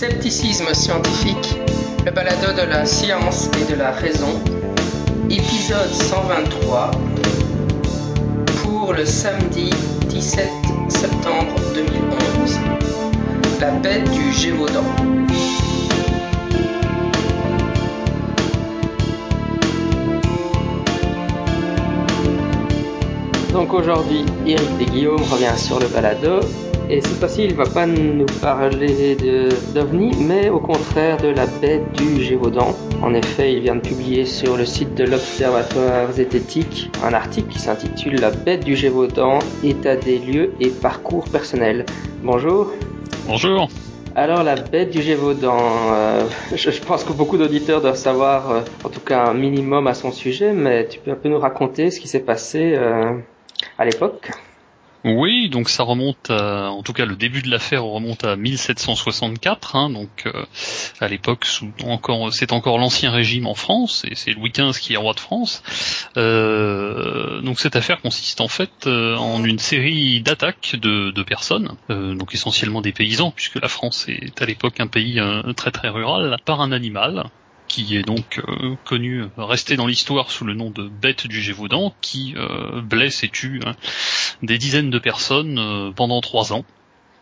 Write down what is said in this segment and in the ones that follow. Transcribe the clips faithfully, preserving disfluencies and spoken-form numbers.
Scepticisme scientifique, le balado de la science et de la raison, épisode cent vingt-trois, pour le samedi dix-sept septembre deux mille onze, la bête du Gévaudan. Donc aujourd'hui, Eric et Guillaume revient sur le balado. Et cette fois-ci, il ne va pas nous parler de, d'OVNI, mais au contraire de la bête du Gévaudan. En effet, il vient de publier sur le site de l'Observatoire zététique un article qui s'intitule « La bête du Gévaudan, état des lieux et parcours personnel ». Bonjour. Bonjour. Alors, la bête du Gévaudan, euh, je, je pense que beaucoup d'auditeurs doivent savoir, euh, en tout cas un minimum à son sujet, mais tu peux un peu nous raconter ce qui s'est passé euh, à l'époque ? Oui, donc ça remonte à, en tout cas le début de l'affaire remonte à mille sept cent soixante-quatre, hein, donc euh, à l'époque sous encore c'est encore l'Ancien Régime en France et c'est Louis quinze qui est roi de France. Euh, donc cette affaire consiste en fait euh, en une série d'attaques de, de personnes, euh, donc essentiellement des paysans puisque la France est à l'époque un pays euh, très très rural, par un animal qui est donc euh, connu, resté dans l'histoire sous le nom de bête du Gévaudan, qui euh, blesse et tue hein, des dizaines de personnes euh, pendant trois ans.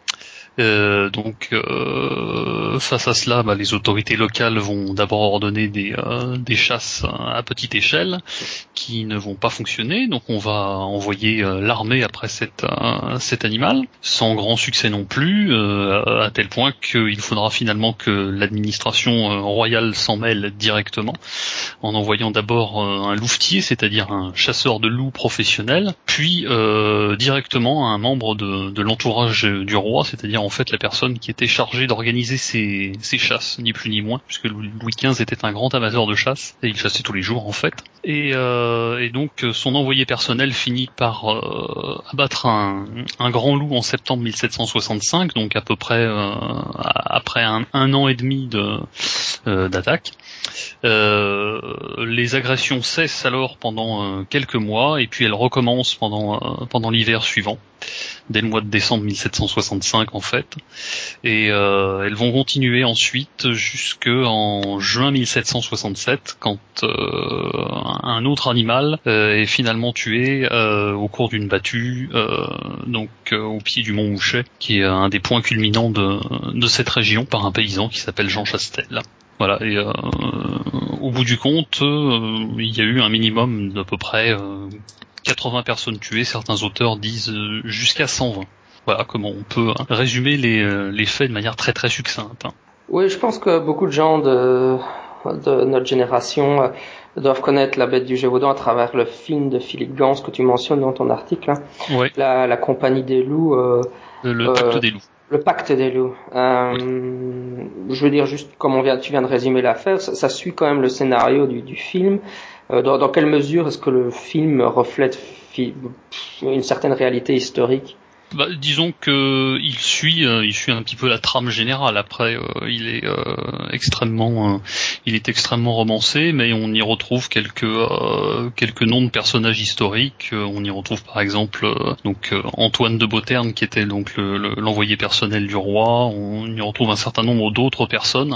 Euh, donc euh, face à cela, bah, les autorités locales vont d'abord ordonner des, euh, des chasses à petite échelle qui ne vont pas fonctionner. Donc on va envoyer euh, l'armée après cette, euh, cet animal, sans grand succès non plus, euh, à tel point qu'il faudra finalement que l'administration euh, royale s'en mêle directement, en envoyant d'abord euh, un louvetier, c'est-à-dire un chasseur de loups professionnel, puis euh, directement un membre de, de l'entourage du roi, c'est-à-dire en fait la personne qui était chargée d'organiser ces, ces chasses, ni plus ni moins, puisque Louis quinze était un grand amateur de chasse, et il chassait tous les jours en fait. Et, euh, et donc son envoyé personnel finit par euh, abattre un, un grand loup en septembre mille sept cent soixante-cinq, donc à peu près euh, après un, un an et demi de, euh, d'attaque. Euh, les agressions cessent alors pendant euh, quelques mois et puis elles recommencent pendant euh, pendant l'hiver suivant, dès le mois de décembre mille sept cent soixante-cinq en fait, et euh, elles vont continuer ensuite jusqu'en juin mille sept cent soixante-sept quand euh, un autre animal euh, est finalement tué euh, au cours d'une battue euh, donc euh, au pied du mont Mouchet, qui est un des points culminants de, de cette région, par un paysan qui s'appelle Jean Chastel. Voilà, et euh, au bout du compte, euh, il y a eu un minimum d'à peu près euh, quatre-vingts personnes tuées, certains auteurs disent euh, jusqu'à cent vingt. Voilà comment on peut hein, résumer les, euh, les faits de manière très très succincte. Hein. Oui, je pense que beaucoup de gens de, de notre génération euh, doivent connaître la bête du Gévaudan à travers le film de Philippe Gans que tu mentionnes dans ton article, hein. Ouais. La, la compagnie des loups. Euh, Le, le euh, pacte des loups. Le pacte des loups. Euh, Oui. Je veux dire juste comme on vient, tu viens de résumer l'affaire, ça, ça suit quand même le scénario du, du film. Euh, dans, dans quelle mesure est-ce que le film reflète fi- une certaine réalité historique? Bah, disons que il suit, euh, il suit un petit peu la trame générale. Après, euh, il est euh, extrêmement, euh, il est extrêmement romancé, mais on y retrouve quelques euh, quelques noms de personnages historiques. Euh, on y retrouve par exemple euh, donc euh, Antoine de Beauterne, qui était donc le, le, l'envoyé personnel du roi. On y retrouve un certain nombre d'autres personnes.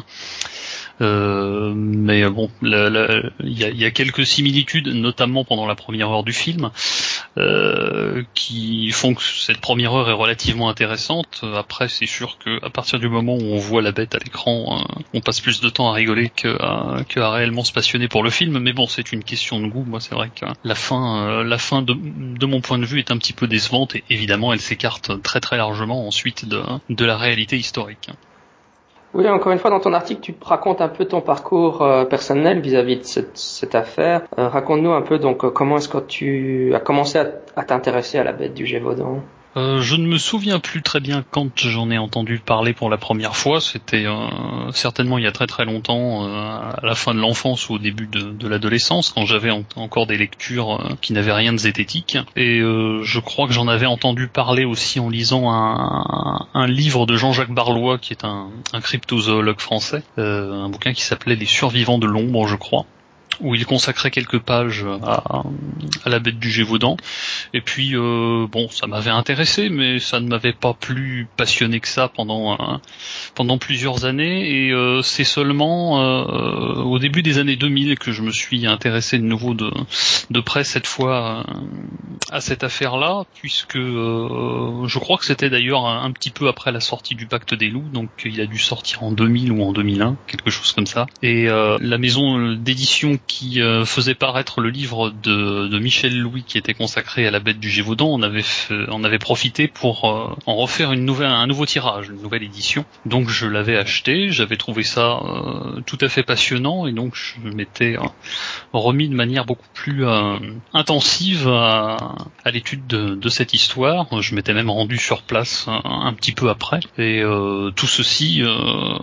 Euh, mais bon, il y a, y a quelques similitudes, notamment pendant la première heure du film, euh, qui font que cette première heure est relativement intéressante. Après, c'est sûr que à partir du moment où on voit la bête à l'écran, euh, on passe plus de temps à rigoler que à, que à réellement se passionner pour le film. Mais bon, c'est une question de goût. Moi, c'est vrai que la fin, euh, la fin de, de mon point de vue est un petit peu décevante et évidemment, elle s'écarte très très largement ensuite de, de la réalité historique. Oui, encore une fois, dans ton article, tu te racontes un peu ton parcours euh, personnel vis-à-vis de cette, cette affaire. Euh, raconte-nous un peu donc euh, comment est-ce que tu as commencé à, à t'intéresser à la bête du Gévaudan. Euh, je ne me souviens plus très bien quand j'en ai entendu parler pour la première fois. C'était euh, certainement il y a très très longtemps, euh, à la fin de l'enfance ou au début de, de l'adolescence, quand j'avais en- encore des lectures euh, qui n'avaient rien de zététique. Et euh, je crois que j'en avais entendu parler aussi en lisant un, un livre de Jean-Jacques Barlois, qui est un, un cryptozoologue français, euh, un bouquin qui s'appelait Les Survivants de l'ombre, je crois. où il consacrait quelques pages à, à la bête du Gévaudan. Et puis euh, bon, ça m'avait intéressé, mais ça ne m'avait pas plus passionné que ça pendant euh, pendant plusieurs années. Et euh, c'est seulement euh, au début des années deux mille que je me suis intéressé de nouveau de de près cette fois euh, à cette affaire-là, puisque euh, je crois que c'était d'ailleurs un, un petit peu après la sortie du Pacte des Loups, donc il a dû sortir en deux mille ou en deux mille un, quelque chose comme ça. Et euh, la maison d'édition qui euh, faisait paraître le livre de, de Michel Louis qui était consacré à la bête du Gévaudan, on avait fait, on avait profité pour euh, en refaire une nouvelle, un nouveau tirage, une nouvelle édition. Donc je l'avais acheté, j'avais trouvé ça euh, tout à fait passionnant et donc je m'étais euh, remis de manière beaucoup plus euh, intensive à, à l'étude de, de cette histoire. Je m'étais même rendu sur place un, un petit peu après et euh, tout ceci euh,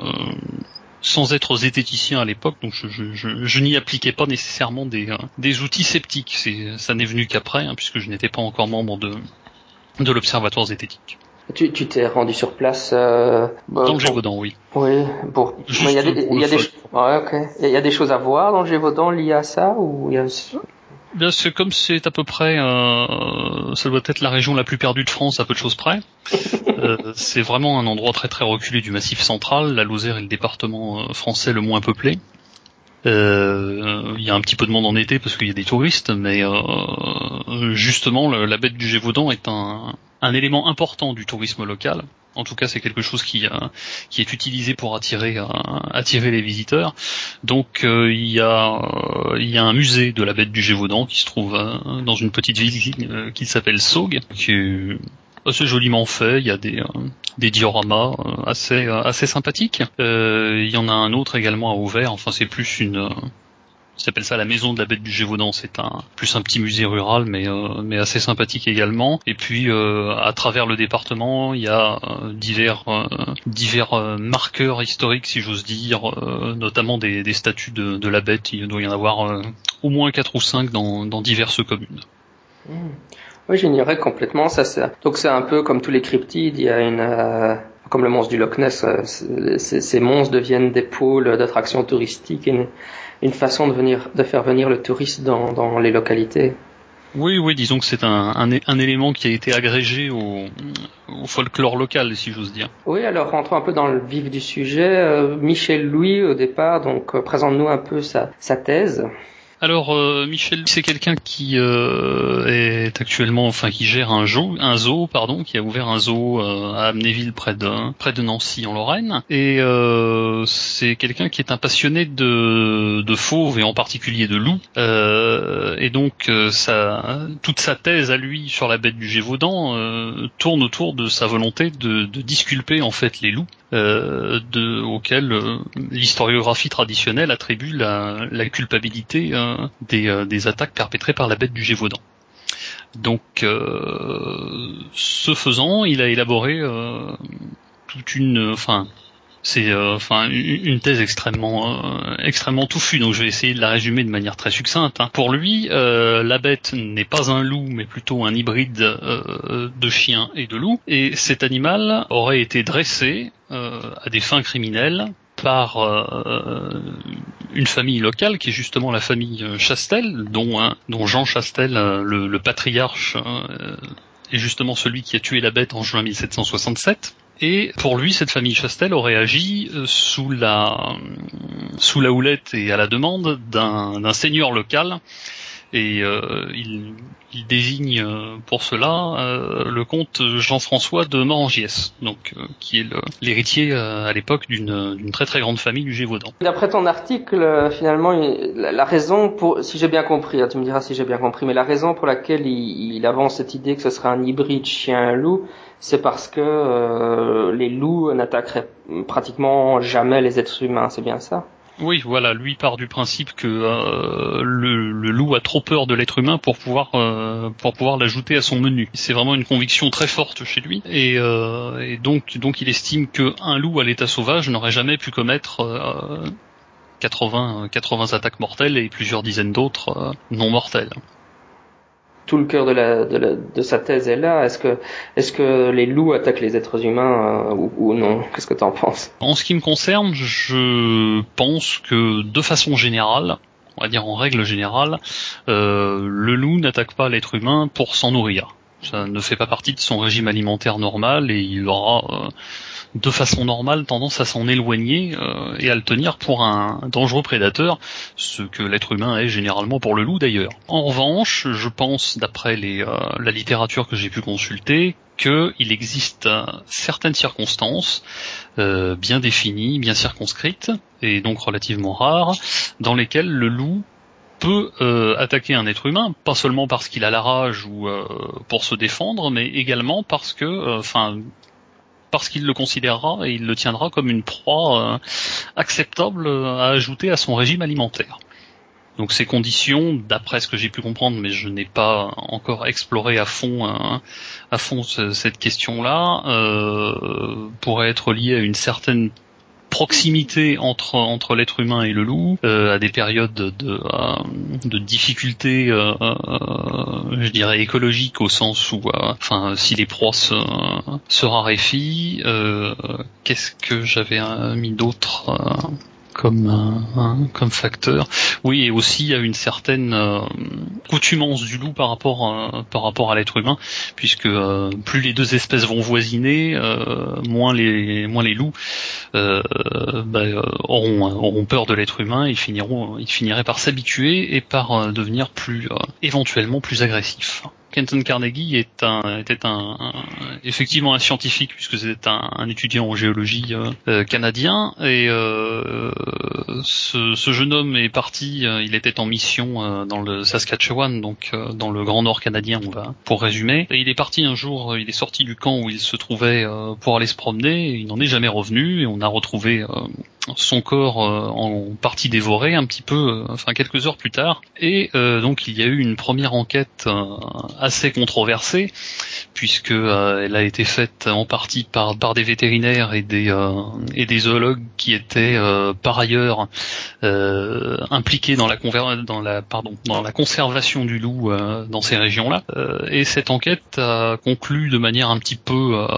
sans être zététicien à l'époque, donc je, je, je, je n'y appliquais pas nécessairement des, euh, des outils sceptiques. C'est, ça n'est venu qu'après, hein, puisque je n'étais pas encore membre de, de l'Observatoire zététique. Tu, tu t'es rendu sur place euh, bah, dans le pour... Gévaudan, oui. Oui, pour. Juste Mais il y a des, pour il y a le des, fun. ouais, ok. Il y a des choses à voir dans le Gévaudan liées à ça ou il y a... Bien, c'est comme c'est à peu près, euh, ça doit être la région la plus perdue de France à peu de choses près. euh, c'est vraiment un endroit très très reculé du Massif central. La Lozère est le département euh, français le moins peuplé. Euh, il y a un petit peu de monde en été parce qu'il y a des touristes, mais euh, justement le, la bête du Gévaudan est un, un élément important du tourisme local. En tout cas, c'est quelque chose qui, euh, qui est utilisé pour attirer, euh, attirer les visiteurs. Donc, euh, il y a, euh, il y a un musée de la bête du Gévaudan qui se trouve euh, dans une petite ville euh, qui s'appelle Saugues, qui est assez joliment fait. Il y a des, euh, des dioramas euh, assez, euh, assez sympathiques. Euh, il y en a un autre également à Auvers. Enfin, c'est plus une... Euh, ça s'appelle ça la maison de la bête du Gévaudan. C'est un plus un petit musée rural, mais euh, mais assez sympathique également. Et puis euh, à travers le département, il y a euh, divers euh, divers euh, marqueurs historiques, si j'ose dire, euh, notamment des, des statues de, de la bête. Il doit y en avoir euh, au moins quatre ou cinq dans dans diverses communes. Mmh. Oui, j'ignorais complètement ça. C'est... Donc c'est un peu comme tous les cryptides. Il y a une euh... comme le monstre du Loch Ness. Euh, ces, ces monstres deviennent des pôles d'attraction touristique. Et une... une façon de venir, de faire venir le touriste dans, dans les localités. Oui, oui, disons que c'est un, un, un élément qui a été agrégé au, au folklore local, si j'ose dire. Oui, alors rentrons un peu dans le vif du sujet. Euh, Michel Louis, au départ, donc euh, présente-nous un peu sa, sa thèse. Alors euh, Michel, c'est quelqu'un qui euh, est actuellement, enfin qui gère un zoo, un zoo, pardon, qui a ouvert un zoo euh, à Amnéville près de près de Nancy en Lorraine. Et euh, c'est quelqu'un qui est un passionné de de fauves et en particulier de loups. Euh, et donc euh, ça, toute sa thèse à lui sur la bête du Gévaudan euh, tourne autour de sa volonté de, de disculper en fait les loups. Euh, de, auquel euh, l'historiographie traditionnelle attribue la, la culpabilité euh, des, euh, des attaques perpétrées par la bête du Gévaudan. Donc, euh, ce faisant, il a élaboré euh, toute une, enfin, c'est, euh, enfin, une, une thèse extrêmement, euh, extrêmement touffue. Donc, je vais essayer de la résumer de manière très succincte. Hein. Pour lui, euh, la bête n'est pas un loup, mais plutôt un hybride euh, de chien et de loup. Et cet animal aurait été dressé euh, à des fins criminelles par euh, une famille locale qui est justement la famille Chastel, dont, hein, dont Jean Chastel, euh, le, le patriarche, euh, est justement celui qui a tué la bête en juin mille sept cent soixante-sept. Et pour lui, cette famille Chastel aurait agi sous la sous la houlette et à la demande d'un, d'un seigneur local. Et euh, il, il désigne euh, pour cela euh, le comte Jean-François de Morangiès, donc euh, qui est le, l'héritier euh, à l'époque d'une, d'une très très grande famille du Gévaudan. D'après ton article, finalement, la, la raison pour, si j'ai bien compris, hein, tu me diras si j'ai bien compris, mais la raison pour laquelle il, il avance cette idée que ce serait un hybride chien-loup, c'est parce que euh, les loups n'attaqueraient pratiquement jamais les êtres humains, c'est bien ça ? Oui, voilà, lui part du principe que euh, le, le loup a trop peur de l'être humain pour pouvoir euh, pour pouvoir l'ajouter à son menu. C'est vraiment une conviction très forte chez lui, et, euh, et donc donc il estime que un loup à l'état sauvage n'aurait jamais pu commettre euh, quatre-vingts, quatre-vingts attaques mortelles et plusieurs dizaines d'autres euh, non mortelles. Tout le cœur de, la, de, la, de sa thèse est là. Est-ce que, est-ce que les loups attaquent les êtres humains euh, ou, ou non ? Qu'est-ce que tu en penses ? En ce qui me concerne, je pense que de façon générale, on va dire en règle générale, euh, le loup n'attaque pas l'être humain pour s'en nourrir. Ça ne fait pas partie de son régime alimentaire normal et il aura euh, de façon normale tendance à s'en éloigner euh, et à le tenir pour un dangereux prédateur, ce que l'être humain est généralement pour le loup d'ailleurs. En revanche, je pense, d'après les, euh, la littérature que j'ai pu consulter, qu'il existe euh, certaines circonstances euh, bien définies, bien circonscrites, et donc relativement rares, dans lesquelles le loup peut euh, attaquer un être humain, pas seulement parce qu'il a la rage ou euh, pour se défendre, mais également parce que, enfin, euh, parce qu'il le considérera et il le tiendra comme une proie euh, acceptable à ajouter à son régime alimentaire. Donc ces conditions, d'après ce que j'ai pu comprendre, mais je n'ai pas encore exploré à fond, euh, à fond ce, cette question-là, euh, pourraient être liées à une certaine proximité entre entre l'être humain et le loup, euh, à des périodes de de, euh, de difficultés, euh, euh, je dirais écologiques, au sens où, euh, enfin, si les proies se, se raréfient, euh, qu'est-ce que j'avais euh, mis d'autre euh, comme euh, comme facteur. Oui, et aussi il y a une certaine euh, coutumance du loup par rapport euh, par rapport à l'être humain, puisque euh, plus les deux espèces vont voisiner, euh, moins les moins les loups euh, bah, euh, auront auront peur de l'être humain, ils finiront ils finiraient par s'habituer et par euh, devenir plus euh, éventuellement plus agressifs. Kenton Carnegie est un, était un, un, effectivement un scientifique, puisque c'était un, un étudiant en géologie euh, euh, canadien, et euh, ce, ce jeune homme est parti, euh, il était en mission euh, dans le Saskatchewan, donc euh, dans le Grand Nord canadien, on va pour résumer, et il est parti un jour, il est sorti du camp où il se trouvait euh, pour aller se promener, et il n'en est jamais revenu, et on a retrouvé euh, son corps euh, en partie dévoré un petit peu, euh, enfin quelques heures plus tard, et euh, donc il y a eu une première enquête euh, assez controversée, puisque euh, elle a été faite en partie par par des vétérinaires et des euh, et des zoologues qui étaient euh, par ailleurs euh, impliqués dans la conver- dans la pardon dans la conservation du loup euh, dans ces régions-là. Euh, et cette enquête a conclu de manière un petit peu euh,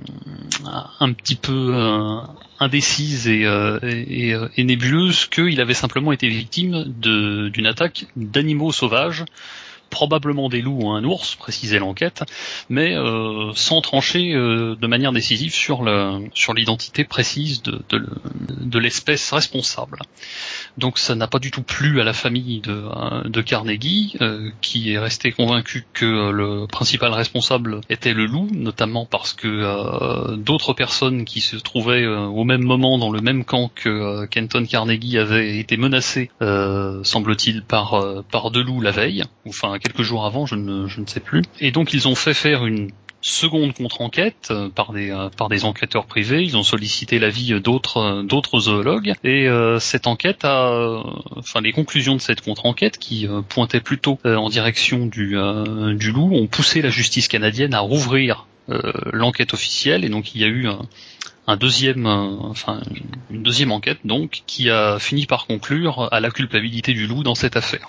un petit peu euh, indécise et, euh, et, et nébuleuse qu'il avait simplement été victime de, d'une attaque d'animaux sauvages, probablement des loups ou un ours, précisait l'enquête, mais euh, sans trancher euh, de manière décisive sur, le, sur l'identité précise de, de, de l'espèce responsable. Donc ça n'a pas du tout plu à la famille de, de Carnegie, euh, qui est resté convaincu que le principal responsable était le loup, notamment parce que euh, d'autres personnes qui se trouvaient euh, au même moment dans le même camp que euh, Kenton Carnegie avaient été menacées, euh, semble-t-il, par, euh, par deux loups la veille, ou enfin quelques jours avant, je ne, je ne sais plus. Et donc ils ont fait faire une seconde contre-enquête euh, par des euh, par des enquêteurs privés. Ils ont sollicité l'avis d'autres euh, d'autres zoologues, et euh, cette enquête a, euh, enfin les conclusions de cette contre-enquête qui euh, pointaient plutôt euh, en direction du euh, du loup ont poussé la justice canadienne à rouvrir euh, l'enquête officielle, et donc il y a eu un, un deuxième, euh, enfin une deuxième enquête donc qui a fini par conclure à la culpabilité du loup dans cette affaire.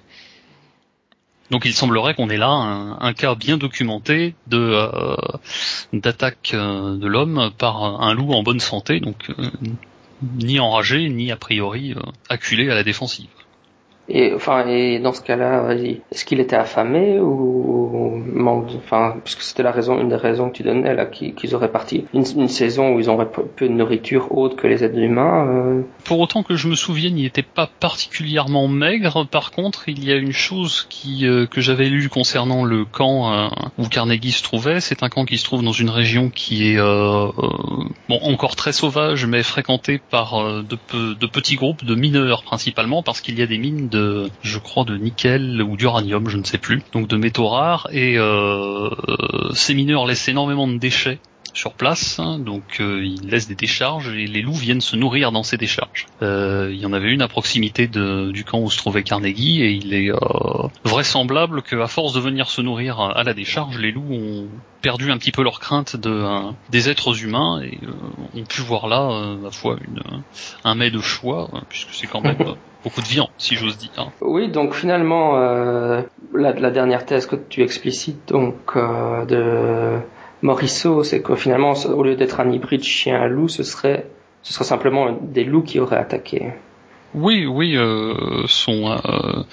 Donc il semblerait qu'on ait là un, un cas bien documenté de euh, d'attaque euh, de l'homme par un loup en bonne santé, donc euh, ni enragé ni a priori euh, acculé à la défensive. Et enfin, et dans ce cas-là, est-ce qu'il était affamé ou manque de, enfin, parce que c'était la raison, une des raisons que tu donnais là, qu'ils, qu'ils auraient parti une, une saison où ils auraient peu de nourriture autre que les êtres humains. Euh... Pour autant que je me souvienne, il n'était pas particulièrement maigre. Par contre, il y a une chose qui euh, que j'avais lue concernant le camp euh, où Carnegie se trouvait. C'est un camp qui se trouve dans une région qui est euh, euh, bon encore très sauvage, mais fréquentée par euh, de, pe- de petits groupes de mineurs principalement, parce qu'il y a des mines de, je crois, de nickel ou d'uranium, je ne sais plus, donc de métaux rares. Et euh, ces mineurs laissent énormément de déchets sur place, hein, donc euh, ils laissent des décharges et les loups viennent se nourrir dans ces décharges. Euh, il y en avait une à proximité de, du camp où se trouvait Carnegie, et il est euh, vraisemblable qu'à force de venir se nourrir à, à la décharge, les loups ont perdu un petit peu leur crainte de, euh, des êtres humains, et euh, ont pu voir là, euh, ma foi, une, un mets de choix, hein, puisque c'est quand même euh, beaucoup de viande, si j'ose dire. Oui, donc finalement, euh, la, la dernière thèse que tu explicites, donc euh, de Morisseau, c'est que finalement, au lieu d'être un hybride chien-loup, ce serait, ce serait simplement des loups qui auraient attaqué. Oui, oui, euh, sont euh,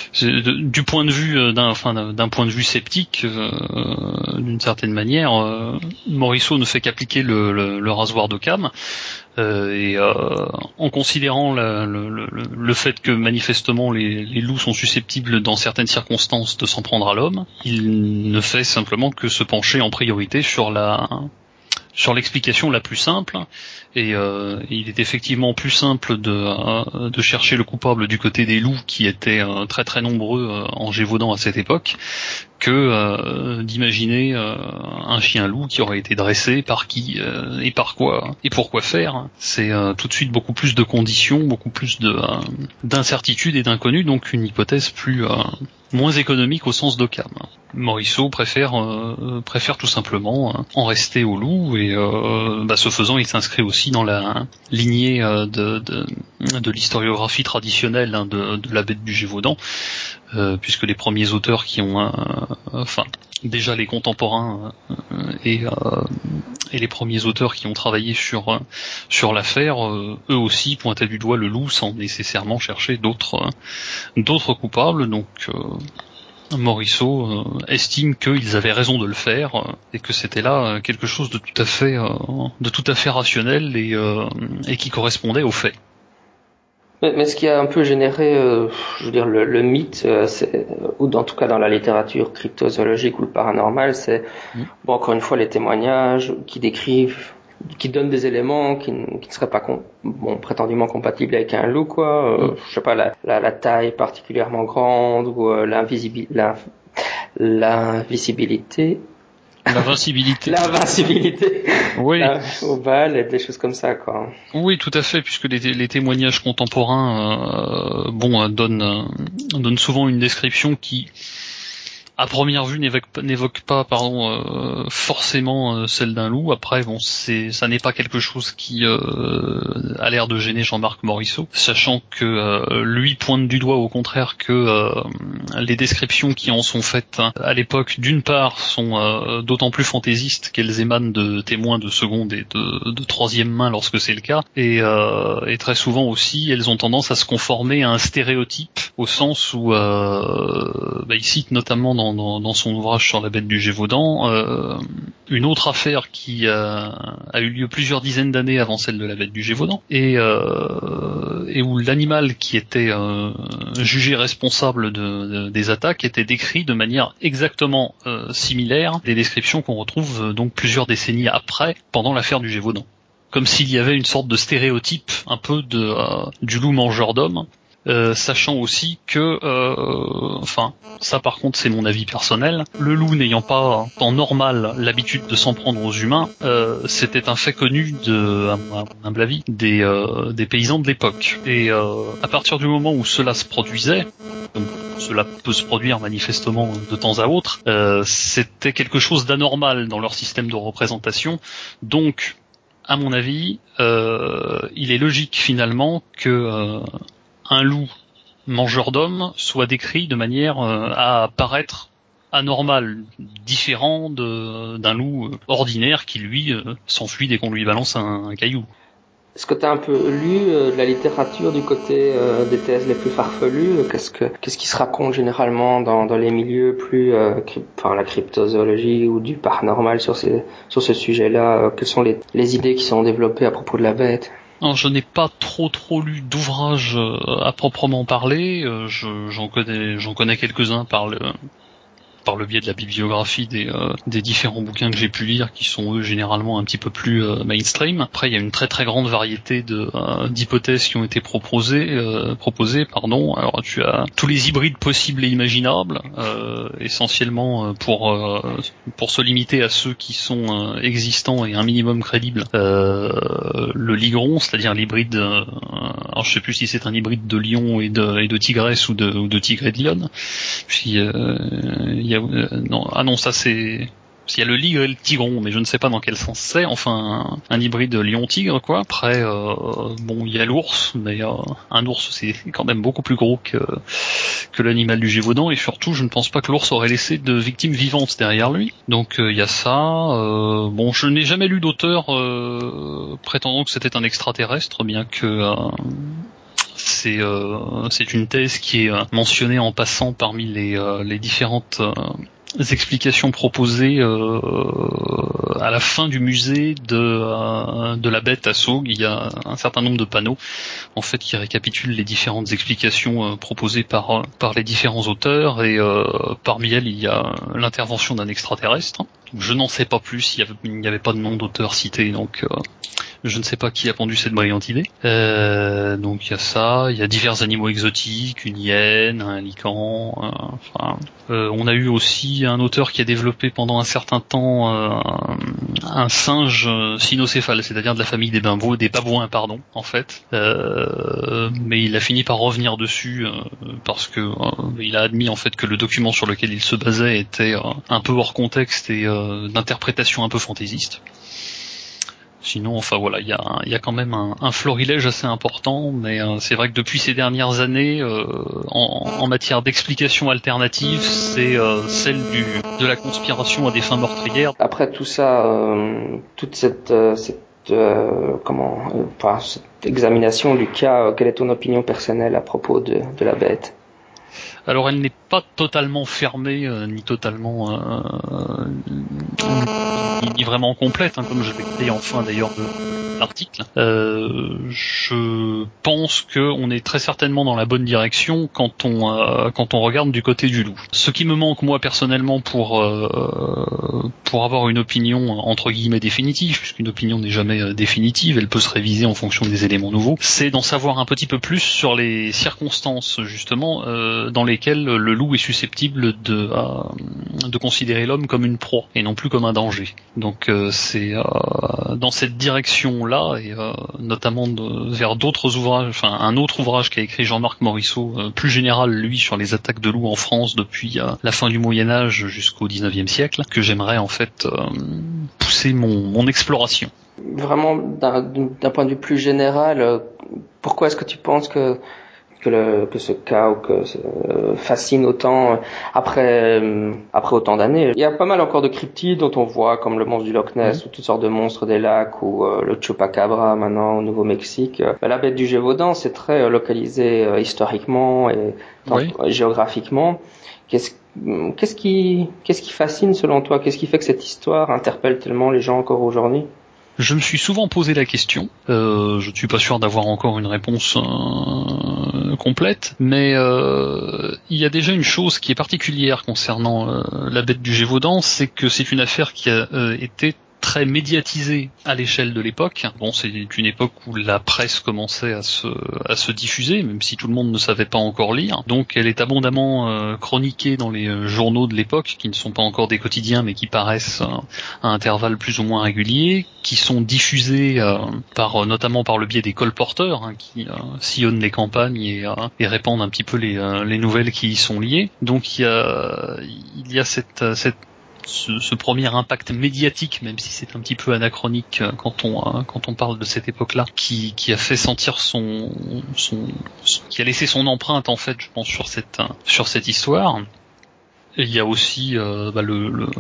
du point de vue d'un, enfin, d'un point de vue sceptique, euh, d'une certaine manière, euh, Morisot ne fait qu'appliquer le, le, le rasoir d'Occam. Euh, et euh, en considérant la, le, le, le fait que manifestement les, les loups sont susceptibles dans certaines circonstances de s'en prendre à l'homme, il ne fait simplement que se pencher en priorité sur la sur l'explication la plus simple, et euh, il est effectivement plus simple de, euh, de chercher le coupable du côté des loups qui étaient euh, très très nombreux euh, en Gévaudan à cette époque, que euh, d'imaginer euh, un chien loup qui aurait été dressé par qui euh, et par quoi et pourquoi faire. C'est euh, tout de suite beaucoup plus de conditions, beaucoup plus de euh, d'incertitudes et d'inconnus, donc une hypothèse plus euh, moins économique au sens d'Occam. Morisot préfère euh, préfère tout simplement euh, en rester au loup, et euh, bah, ce faisant il s'inscrit aussi dans la lignée euh, de, de, de l'historiographie traditionnelle hein, de, de la bête du Gévaudan, euh, puisque les premiers auteurs qui ont euh, enfin déjà les contemporains euh, et, euh, et les premiers auteurs qui ont travaillé sur euh, sur l'affaire, euh, eux aussi pointaient du doigt le loup sans nécessairement chercher d'autres euh, d'autres coupables. Donc euh, Morisot euh, estime qu'ils avaient raison de le faire, euh, et que c'était là euh, quelque chose de tout à fait euh, de tout à fait rationnel et, euh, et qui correspondait aux faits. Mais, mais ce qui a un peu généré, euh, je veux dire, le, le mythe, euh, c'est, ou en tout cas dans la littérature cryptozoologique ou le paranormal, c'est, mmh. bon, encore une fois, les témoignages qui décrivent, qui donnent des éléments qui, ne, qui ne seraient pas com- bon, prétendument compatibles avec un loup, quoi. Euh, mmh. Je sais pas, la, la, la taille particulièrement grande ou euh, l'invisibi- la, l'invisibilité. L'invincibilité. L'invincibilité. Oui. La, au bal et des choses comme ça, quoi. Oui, tout à fait, puisque les, les témoignages contemporains, euh, bon, donnent, euh, donnent souvent une description qui, à première vue, n'évoque, n'évoque pas, pardon, euh, forcément euh, celle d'un loup. Après, bon, c'est, ça n'est pas quelque chose qui euh, a l'air de gêner Jean-Marc Morisot, sachant que euh, lui pointe du doigt, au contraire, que euh, les descriptions qui en sont faites hein, à l'époque, d'une part, sont euh, d'autant plus fantaisistes qu'elles émanent de témoins de seconde et de, de troisième main lorsque c'est le cas, et, euh, et très souvent aussi, elles ont tendance à se conformer à un stéréotype, au sens où euh, bah, il cite notamment dans Dans, dans son ouvrage sur la bête du Gévaudan, euh, une autre affaire qui a, a eu lieu plusieurs dizaines d'années avant celle de la bête du Gévaudan, et, euh, et où l'animal qui était euh, jugé responsable de, de, des attaques était décrit de manière exactement euh, similaire des descriptions qu'on retrouve euh, donc plusieurs décennies après, pendant l'affaire du Gévaudan. Comme s'il y avait une sorte de stéréotype un peu de, euh, du loup mangeur d'hommes. Euh, sachant aussi que, euh, enfin, ça par contre c'est mon avis personnel, le loup n'ayant pas en temps normal l'habitude de s'en prendre aux humains, euh, c'était un fait connu de, à mon humble avis, des, euh, des paysans de l'époque. Et euh, à partir du moment où cela se produisait, donc cela peut se produire manifestement de temps à autre, euh, c'était quelque chose d'anormal dans leur système de représentation, donc à mon avis, euh, il est logique finalement que euh, un loup mangeur d'hommes soit décrit de manière euh, à paraître anormal, différent de, d'un loup euh, ordinaire qui lui euh, s'enfuit dès qu'on lui balance un, un caillou. Est-ce que tu as un peu lu euh, de la littérature du côté euh, des thèses les plus farfelues? Qu'est-ce que qu'est-ce qui se raconte généralement dans, dans les milieux plus, euh, crypt, enfin la cryptozoologie ou du paranormal sur ces sur ce sujet-là? Quelles sont les, les idées qui sont développées à propos de la bête? Alors, je n'ai pas trop trop lu d'ouvrages euh, à proprement parler. Euh, je, j'en connais j'en connais quelques-uns par le par le biais de la bibliographie des, euh, des différents bouquins que j'ai pu lire, qui sont eux généralement un petit peu plus euh, mainstream. Après, il y a une très très grande variété de euh, d'hypothèses qui ont été proposées, euh, proposées, pardon. Alors, tu as tous les hybrides possibles et imaginables, euh, essentiellement pour euh, pour se limiter à ceux qui sont euh, existants et un minimum crédibles. Euh, le ligron, c'est-à-dire l'hybride. Euh, alors, je sais plus si c'est un hybride de lion et de et de tigresse ou de ou de tigre et de lionne. Puis euh, il y a, euh, non, ah non, ça c'est, il y a le ligre et le tigron, mais je ne sais pas dans quel sens c'est. Enfin, un, un hybride lion-tigre, quoi. Après, euh, bon, il y a l'ours, mais euh, un ours c'est quand même beaucoup plus gros que que l'animal du Gévaudan, et surtout, je ne pense pas que l'ours aurait laissé de victimes vivantes derrière lui. Donc il euh, y a ça. Euh, bon, je n'ai jamais lu d'auteur euh, prétendant que c'était un extraterrestre, bien que euh, c'est euh, c'est une thèse qui est mentionnée en passant parmi les euh, les différentes euh, explications proposées euh, à la fin du musée de euh, de la Bête à Saugues. Il y a un certain nombre de panneaux en fait qui récapitulent les différentes explications euh, proposées par par les différents auteurs, et euh, parmi elles il y a l'intervention d'un extraterrestre. Je n'en sais pas plus, il n'y avait, avait pas de nom d'auteur cité, donc euh, je ne sais pas qui a pendu cette brillante idée. Euh, donc il y a ça, il y a divers animaux exotiques, une hyène, un lican. Euh, enfin, euh, on a eu aussi un auteur qui a développé pendant un certain temps euh, un singe cynocéphale, c'est-à-dire de la famille des babouins, des babouins, pardon, en fait. Euh, mais il a fini par revenir dessus euh, parce que euh, il a admis en fait que le document sur lequel il se basait était euh, un peu hors contexte et euh, d'interprétation un peu fantaisiste. Sinon, enfin voilà, il y a, y a quand même un, un florilège assez important, mais euh, c'est vrai que depuis ces dernières années, euh, en, en matière d'explications alternatives, c'est euh, celle du, de la conspiration à des fins meurtrières. Après tout ça, euh, toute cette, euh, cette euh, comment, euh, enfin, cette examination du cas, euh, quelle est ton opinion personnelle à propos de, de la Bête ? Alors elle n'est pas totalement fermée, euh, ni totalement euh, ni, ni vraiment complète, hein, comme je l'ai dit en fin d'ailleurs de l'article. Euh, je pense qu'on est très certainement dans la bonne direction quand on euh, quand on regarde du côté du loup. Ce qui me manque moi personnellement pour euh, pour avoir une opinion entre guillemets définitive, puisqu'une opinion n'est jamais euh, définitive, elle peut se réviser en fonction des éléments nouveaux, c'est d'en savoir un petit peu plus sur les circonstances justement euh, dans lesquelles le loup est susceptible de euh, de considérer l'homme comme une proie et non plus comme un danger. Donc euh, c'est euh, dans cette direction là et euh, notamment de, vers d'autres ouvrages, enfin un autre ouvrage qu'a écrit Jean-Marc Morisseau, euh, plus général lui sur les attaques de loups en France depuis euh, la fin du Moyen-Âge jusqu'au dix-neuvième siècle, que j'aimerais en fait euh, pousser mon, mon exploration. Vraiment, d'un, d'un point de vue plus général, euh, pourquoi est-ce que tu penses que que, le, que ce cas ou que ce, euh, fascine autant euh, après euh, après autant d'années? Il y a pas mal encore de cryptides dont on voit comme le monstre du Loch Ness, mmh. ou toutes sortes de monstres des lacs, ou euh, le Chupacabra maintenant au Nouveau-Mexique. Euh, la Bête du Gévaudan, c'est très euh, localisé euh, historiquement et oui. euh, géographiquement. Qu'est-ce qu'est-ce qui qu'est-ce qui fascine selon toi? Qu'est-ce qui fait que cette histoire interpelle tellement les gens encore aujourd'hui? Je me suis souvent posé la question. Euh, je ne suis pas sûr d'avoir encore une réponse euh, complète, mais euh, il y a déjà une chose qui est particulière concernant euh, la Bête du Gévaudan, c'est que c'est une affaire qui a euh, été très médiatisée à l'échelle de l'époque. Bon, c'est une époque où la presse commençait à se à se diffuser, même si tout le monde ne savait pas encore lire. Donc, elle est abondamment euh, chroniquée dans les euh, journaux de l'époque, qui ne sont pas encore des quotidiens, mais qui paraissent euh, à intervalles plus ou moins réguliers, qui sont diffusés euh, par notamment par le biais des colporteurs, hein, qui euh, sillonnent les campagnes et, euh, et répandent un petit peu les, euh, les nouvelles qui y sont liées. Donc, il y a il y a cette cette Ce, ce premier impact médiatique, même si c'est un petit peu anachronique quand on euh, quand on parle de cette époque-là, qui qui a fait sentir son son, son qui a laissé son empreinte en fait, je pense, sur cette sur cette histoire. Et il y a aussi euh, bah, le, le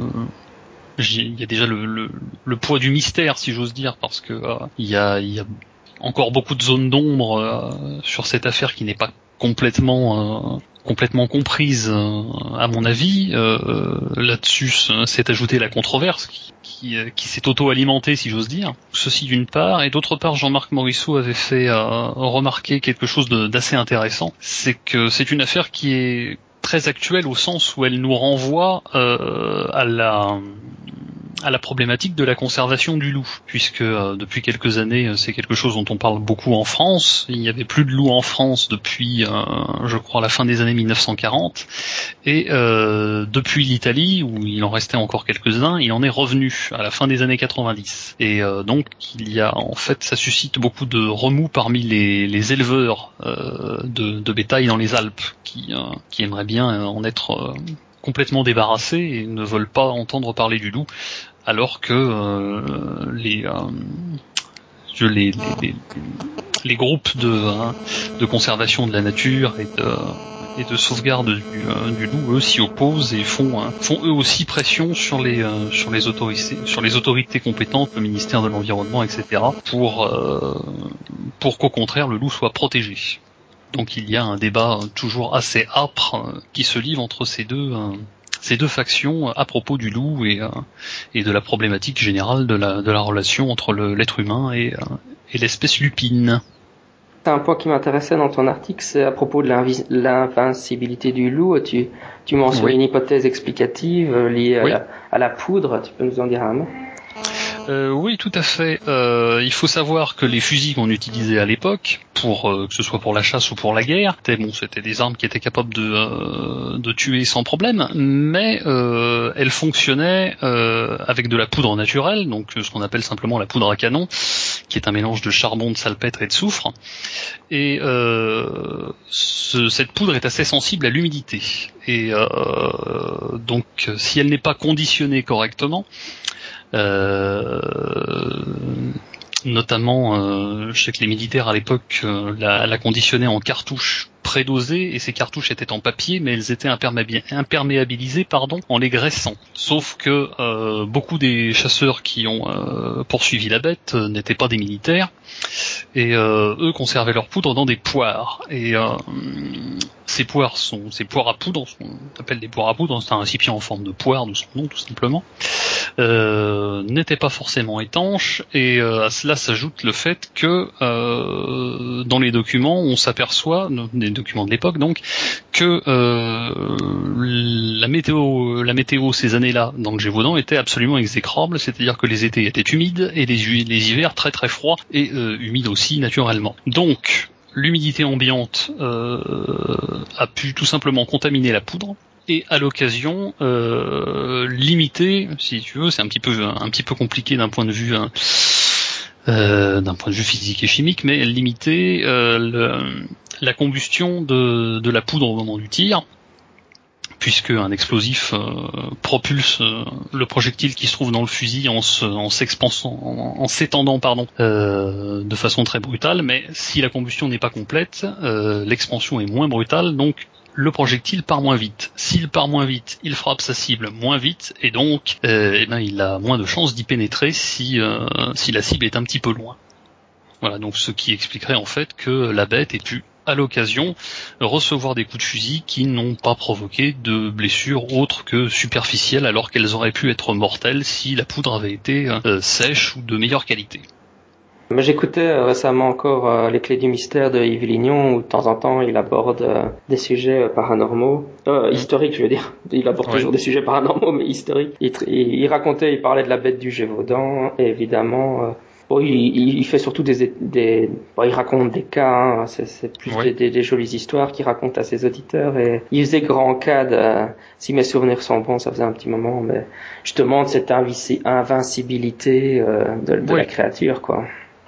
il y a déjà le, le le poids du mystère, si j'ose dire, parce que euh, il y a il y a encore beaucoup de zones d'ombre euh, sur cette affaire qui n'est pas complètement euh, complètement comprise euh, à mon avis. Euh, là-dessus s'est ajoutée la controverse qui, qui, qui s'est auto-alimentée, si j'ose dire. Ceci d'une part, et d'autre part, Jean-Marc Morisseau avait fait euh, remarquer quelque chose de, d'assez intéressant, c'est que c'est une affaire qui est très actuelle au sens où elle nous renvoie euh, à la à la problématique de la conservation du loup, puisque euh, depuis quelques années, c'est quelque chose dont on parle beaucoup en France. Il n'y avait plus de loup en France depuis, euh, je crois, la fin des années mille neuf cent quarante, et euh, depuis l'Italie, où il en restait encore quelques-uns, il en est revenu à la fin des années quatre-vingt-dix. Et euh, donc, il y a, en fait, ça suscite beaucoup de remous parmi les, les éleveurs euh, de, de bétail dans les Alpes, qui, euh, qui aimeraient bien en être euh, complètement débarrassés et ne veulent pas entendre parler du loup, alors que euh, les, euh, les, les, les, les groupes de, hein, de conservation de la nature et de, et de sauvegarde du, euh, du loup, eux, s'y opposent et font, hein, font eux aussi pression sur les, euh, sur les autorités, sur les autorités compétentes, le ministère de l'Environnement, et cetera, pour, euh, pour qu'au contraire le loup soit protégé. Donc il y a un débat toujours assez âpre euh, qui se livre entre ces deux euh, ces deux factions à propos du loup et, euh, et de la problématique générale de la, de la relation entre le, l'être humain et, euh, et l'espèce lupine. Un point qui m'intéressait dans ton article, c'est à propos de l'invi- l'invincibilité du loup. Tu, tu mentionnes oui. une hypothèse explicative liée à, oui. la, à la poudre. Tu peux nous en dire un mot ? Euh, oui, tout à fait. Euh, il faut savoir que les fusils qu'on utilisait à l'époque, pour euh, que ce soit pour la chasse ou pour la guerre, c'était bon, c'était des armes qui étaient capables de euh, de tuer sans problème, mais euh, elles fonctionnaient euh, avec de la poudre naturelle, donc ce qu'on appelle simplement la poudre à canon, qui est un mélange de charbon, de salpêtre et de soufre. Et euh, ce, cette poudre est assez sensible à l'humidité. Et euh, donc, si elle n'est pas conditionnée correctement, Euh, notamment, euh, je sais que les militaires à l'époque euh, la, la conditionnaient en cartouches prédosées, et ces cartouches étaient en papier, mais elles étaient imperméabi- imperméabilisées pardon, en les graissant. Sauf que euh, beaucoup des chasseurs qui ont euh, poursuivi la bête euh, n'étaient pas des militaires, et euh, eux conservaient leur poudre dans des poires. Et euh, ces poires sont, ces poires à poudre, on appelle des poires à poudre, c'est un récipient en forme de poire, de son nom tout simplement. Euh, n'était pas forcément étanche, et euh, à cela s'ajoute le fait que euh, dans les documents on s'aperçoit, des documents de l'époque donc, que euh, la météo, la météo ces années-là dans le Gévaudan était absolument exécrable, c'est-à-dire que les étés étaient humides et les, les hivers très très froids et euh, humides aussi naturellement. Donc l'humidité ambiante euh, a pu tout simplement contaminer la poudre. Et à l'occasion, euh, limiter, si tu veux, c'est un petit peu un petit peu compliqué d'un point de vue euh, d'un point de vue physique et chimique, mais limiter euh, le, la combustion de, de la poudre au moment du tir, puisque un explosif euh, propulse euh, le projectile qui se trouve dans le fusil en, se, en s'expansant, en, en s'étendant, pardon, euh, de façon très brutale. Mais si la combustion n'est pas complète, euh, l'expansion est moins brutale, donc le projectile part moins vite. S'il part moins vite, il frappe sa cible moins vite, et donc, euh, eh ben, il a moins de chances d'y pénétrer si, euh, si la cible est un petit peu loin. Voilà, donc ce qui expliquerait en fait que la bête ait pu, à l'occasion, recevoir des coups de fusil qui n'ont pas provoqué de blessures autres que superficielles, alors qu'elles auraient pu être mortelles si la poudre avait été euh, sèche ou de meilleure qualité. Mais j'écoutais récemment encore euh, Les Clés du Mystère de Yves Lignon, où de temps en temps il aborde euh, des sujets paranormaux, euh, mmh. historiques je veux dire. Il aborde ouais. toujours des sujets paranormaux, mais historiques. Il, il, il racontait, il parlait de la bête du Gévaudan, et évidemment, euh, bon, il, il fait surtout des, des bon, il raconte des cas, hein, c'est, c'est plus ouais. des, des, des jolies histoires qu'il raconte à ses auditeurs, et il faisait grand cas de, si mes souvenirs sont bons, ça faisait un petit moment, mais justement de cette invici- invincibilité euh, de, de ouais. la créature, quoi.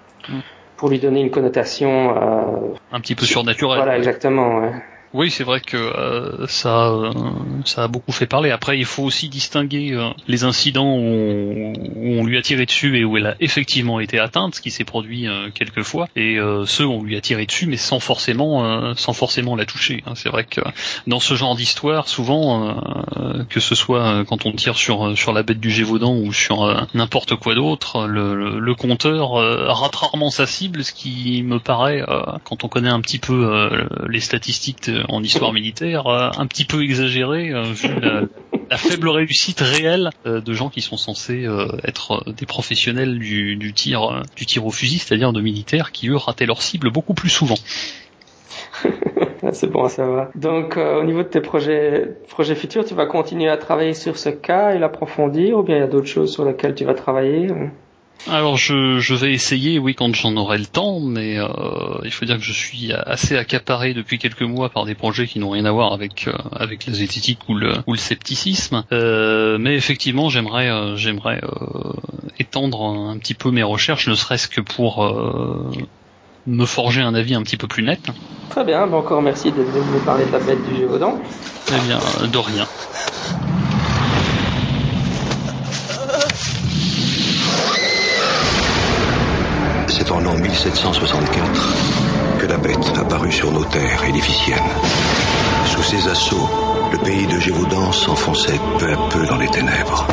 Pour lui donner une connotation euh, un petit peu surnaturelle. Voilà, ouais. exactement. Ouais. Oui, c'est vrai que euh, ça, euh, ça a beaucoup fait parler. Après, il faut aussi distinguer euh, les incidents où on, où on lui a tiré dessus et où elle a effectivement été atteinte, ce qui s'est produit euh, quelques fois, et euh, ceux où on lui a tiré dessus, mais sans forcément, euh, sans forcément la toucher. Hein. C'est vrai que dans ce genre d'histoire, souvent, euh, que ce soit quand on tire sur sur la bête du Gévaudan ou sur euh, n'importe quoi d'autre, le, le, le compteur euh, rate rarement sa cible, ce qui me paraît, euh, quand on connaît un petit peu euh, les statistiques en histoire militaire, euh, un petit peu exagéré euh, vu la, la faible réussite réelle euh, de gens qui sont censés euh, être des professionnels du, du tir euh, du tir au fusil, c'est-à-dire de militaires qui eux rataient leur cible beaucoup plus souvent. C'est bon à savoir. Donc euh, au niveau de tes projets projets futurs, tu vas continuer à travailler sur ce cas et l'approfondir, ou bien il y a d'autres choses sur lesquelles tu vas travailler? Alors je, je vais essayer, oui, quand j'en aurai le temps, mais euh, il faut dire que je suis assez accaparé depuis quelques mois par des projets qui n'ont rien à voir avec euh, avec la zététique ou le ou le scepticisme. Euh, mais effectivement, j'aimerais euh, j'aimerais euh, étendre un, un petit peu mes recherches, ne serait-ce que pour euh, me forger un avis un petit peu plus net. Très bien, ben encore merci d'être venu nous parler de la bête du Gévaudan. Eh bien, de rien. C'est en l'an mille sept cent soixante-quatre que la bête apparut sur nos terres édificiennes. Sous ses assauts, le pays de Gévaudan s'enfonçait peu à peu dans les ténèbres.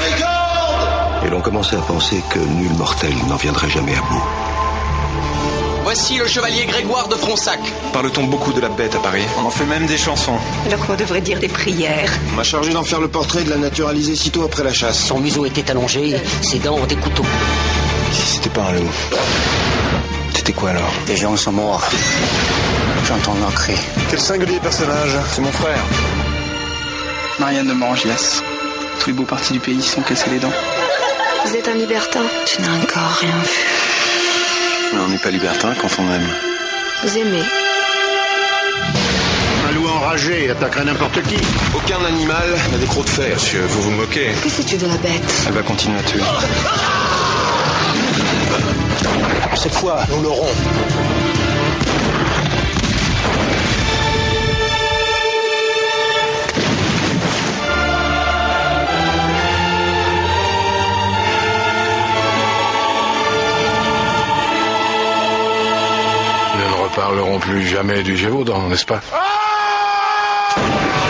Et l'on commençait à penser que nul mortel n'en viendrait jamais à bout. Voici le chevalier Grégoire de Fronsac. Parle-t-on beaucoup de la bête à Paris? On en fait même des chansons. Alors qu'on devrait dire des prières. On m'a chargé d'en faire le portrait, de la naturaliser sitôt après la chasse. Son museau était allongé, ses dents des couteaux. Si c'était pas un loup, c'était quoi alors? Les gens sont morts. J'entends leur cri. Quel singulier personnage. C'est mon frère. Marianne de Morangias. Tous les beaux partis du pays se sont cassés les dents. Vous êtes un libertin. Tu n'as encore rien vu. Mais on n'est pas libertin quand on aime. Vous aimez. Un loup enragé attaquerait n'importe qui. Aucun animal n'a des crocs de fer, monsieur. Vous vous moquez. Que sais-tu de la bête? Elle va continuer à tuer. Cette fois, nous l'aurons. Nous ne reparlerons plus jamais du Gévaudan, n'est-ce pas? Ah!